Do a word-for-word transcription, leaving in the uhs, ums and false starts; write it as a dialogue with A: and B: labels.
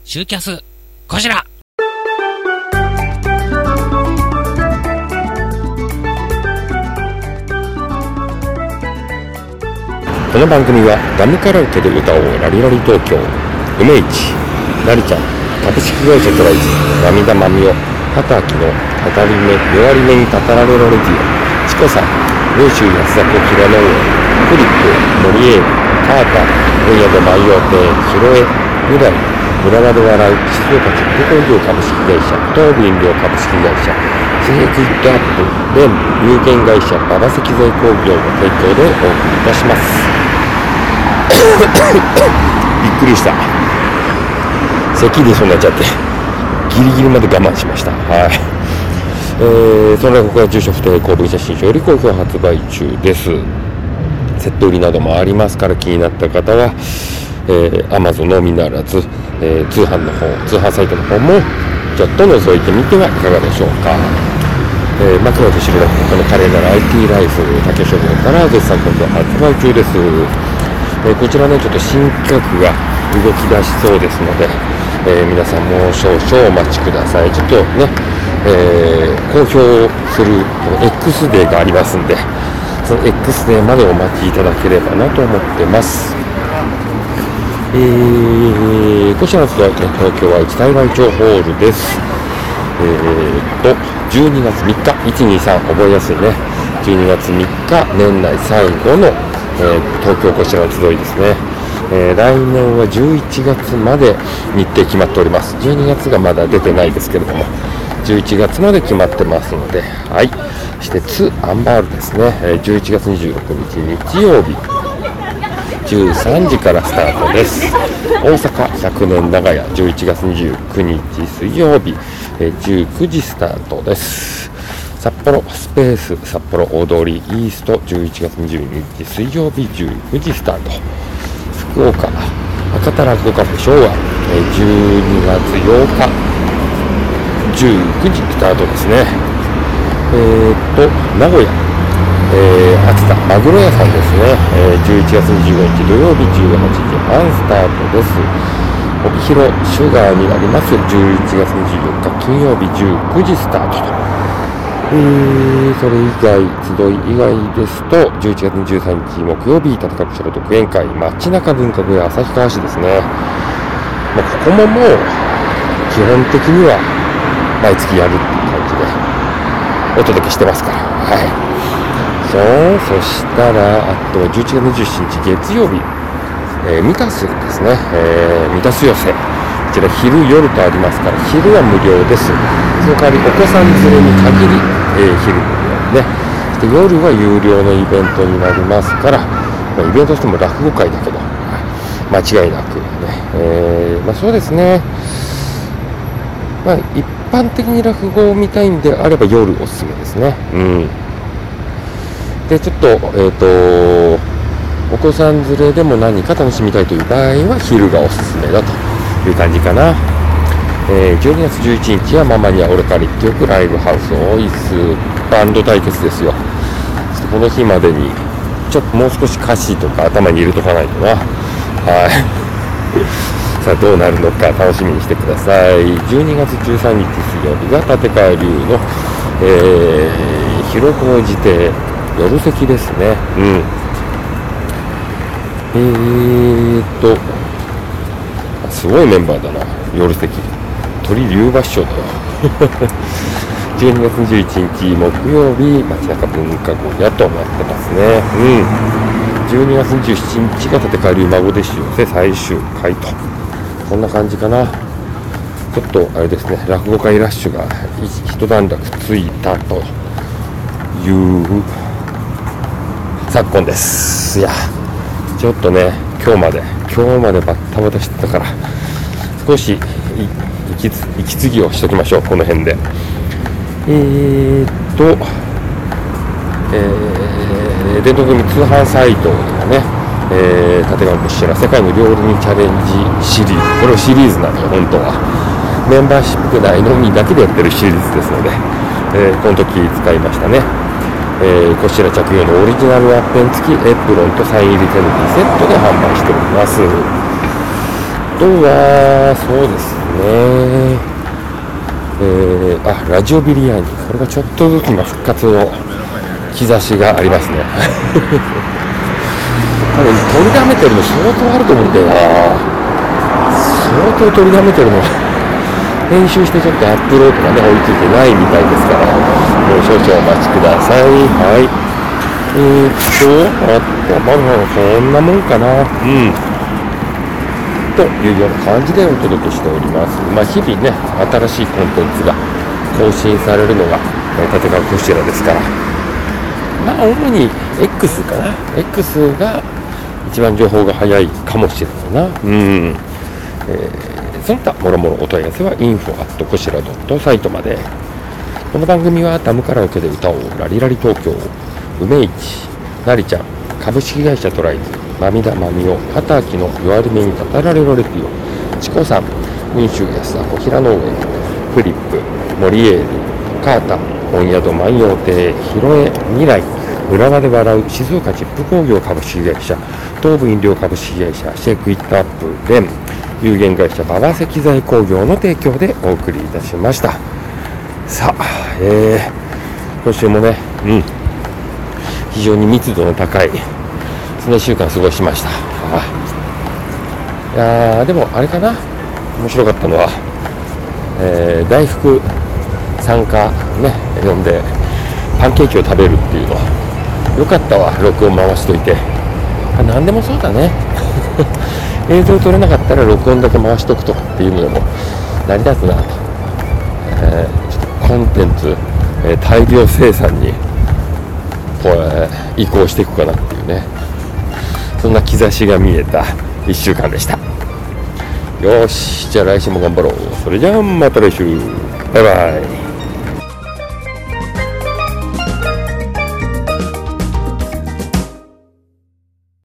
A: シューキャスこちら。
B: この番組はダムカラオケで歌おうラリラリ東京、梅市、なりちゃん、株式会社トライズ、涙まみお、畑明の語り目、弱り目にたたられろレディオ、チコさん、ルーシュ安田小平の上、フリップ、森エイ、カーター、分野で万葉亭、広江、未来、村まで笑う、静岡チップ工業株式会社、東武飲料株式会社、シェイクイットアップ、レン、有限会社、馬場石材工業の提供でお送りいたします。びっくりした。咳でそうなっちゃってギリギリまで我慢しました。はい、えー、そのここは住所不定公文写真書より好評発売中です。セット売りなどもありますから、気になった方は、えー、Amazon のみならず、えー、通販の方通販サイトの方もちょっと覗いてみてはいかがでしょうか。えー、牧野と知る落語家の華麗なる アイティー ライフ竹書房から絶賛好評発売中です。えー、こちらねちょっと新企画が動き出しそうですので、えー、皆さんもう少々お待ちください。ちょっとね、えー、公表する X デーがありますんで、その X デーまでお待ちいただければなと思ってます。えー、こちらの東京は一大会長ホールです。えー、とじゅうにがつみっか、いちにさん覚えやすいね。じゅうにがつみっか、年内最後の、えー、東京こちらの集いですね。えー、来年はじゅういちがつまで日程決まっております。じゅうにがつがまだ出てないですけれども、じゅういちがつまで決まってますので、はい。そしてツアンバールですね、えー、じゅういちがつにじゅうろくにち日曜日じゅうさんじからスタートです。大阪ひゃくねん長屋じゅういちがつにじゅうくにち水曜日、えー、じゅうくじスタートです。札幌スペース札幌大通りイーストじゅういちがつにじゅうににち水曜日じゅうくじスタート。福岡博多落語カフェ昭和、えー、じゅうにがつようかじゅうくじスタートですね。えー、っと名古屋、えー、秋田マグロ屋さんですね、えー、じゅういちがつにじゅうごにち土曜日じゅうはちじはんスタートです。帯広シュガーになります。じゅういちがつにじゅうよっか金曜日じゅうくじスタートと。えー、それ以外集い以外ですとじゅういちがつにじゅうさんにち木曜日立川社の独演会街中文化部屋旭川市ですね。まあ、ここももう基本的には毎月やるっていう感じでお届けしてますから。はい。そうそしたらあとはじゅういちがつにじゅうしちにち月曜日、えー、ミタスですね、えー、ミタス寄せ、こちら昼夜とありますから、昼は無料です。その代わりお子さん連れに限り、えー、昼無料ね。そして夜は有料のイベントになりますから、まあ、イベントとしても落語会だけど間違いなくね、えー、まあそうですね。まあ一般的に落語を見たいんであれば夜おすすめですね。うん。でちょっとえっとお子さん連れでも何か楽しみたいという場合は昼がおすすめだという感じかな。えー、じゅうにがつじゅういちにちはママには俺から言っておくライブハウスオイスバンド対決ですよ。そしてこの日までにちょっともう少し歌詞とか頭に入れとかないとな。はいさあどうなるのか楽しみにしてください。じゅうにがつじゅうさんにち水曜日が立川流の、えー、広小路亭夜席ですね。うん。えーっとすごいメンバーだな。夜席鳥龍馬師匠だよじゅうにがつにじゅういちにち木曜日街中文化小屋となってますね。うん。じゅうにがつにじゅうしちにちが立川流孫弟子寄せ最終回と、こんな感じかな。ちょっとあれですね、落語会ラッシュが一段落ついたという昨今です。いやちょっとね今日まで今日までバッタバタしてたから少し息継ぎをしときましょう。この辺でえーっと、えー、伝統組通販サイトとかね、えー、立川こしら世界の料理にチャレンジシリーズ、これをシリーズなんで本当はメンバーシップ内のみだけでやってるシリーズですので、えー、この時使いましたね。えー、こちら着用のオリジナルワッペン付きエプロンとサイン入り手拭いセットで販売しております。 とはそうですね、えー、あラジオビリヤーニ、これがちょっとずつ今復活の兆しがありますね多分取りだめてるの相当あると思うんだよな。相当取りだめてるの編集してちょっとアップロードがね追いついてないみたいですから、もう少々お待ちください。はい、えー、っとあとまだそんなもんかな、うんというような感じでお届けしております。まあ日々ね新しいコンテンツが更新されるのが立川こちらですから、まあ主に X かな、 X が一番情報が早いかもしれないな。うん、えー、その他もろもろお問い合わせは インフォ アット こしら ドット サイトまで。この番組はダムカラオケで歌おうラリラリ東京、梅市なりちゃん、株式会社トライズ、まみだまみお、畑の弱り目にたたられろレピオ、チコさん、民衆安田小平農園、フリップ、モリエール、カータン、本宿万葉亭、ヒロエ、未来、浦和で笑う静岡チップ工業株式会社、東武飲料株式会社、シェイクイットアップレン、有限会社馬場石材工業の提供でお送りいたしました。さあ、えー、今週もね、うん、非常に密度の高いそのいっしゅうかん過ごしました。あいやーでもあれかな、面白かったのは、えー、大福参加ね呼んでパンケーキを食べるっていうのよかったわ。録音回しといて、あ何でもそうだね映像撮れなかったら録音だけ回しとくとかっていうのでも成り立つなと、えー、ちょっとコンテンツ、えー、大量生産にこれ移行していくかなっていうね、そんな兆しが見えたいっしゅうかんでした。よし、じゃあ来週も頑張ろう。それじゃあまた来週、バイバイ。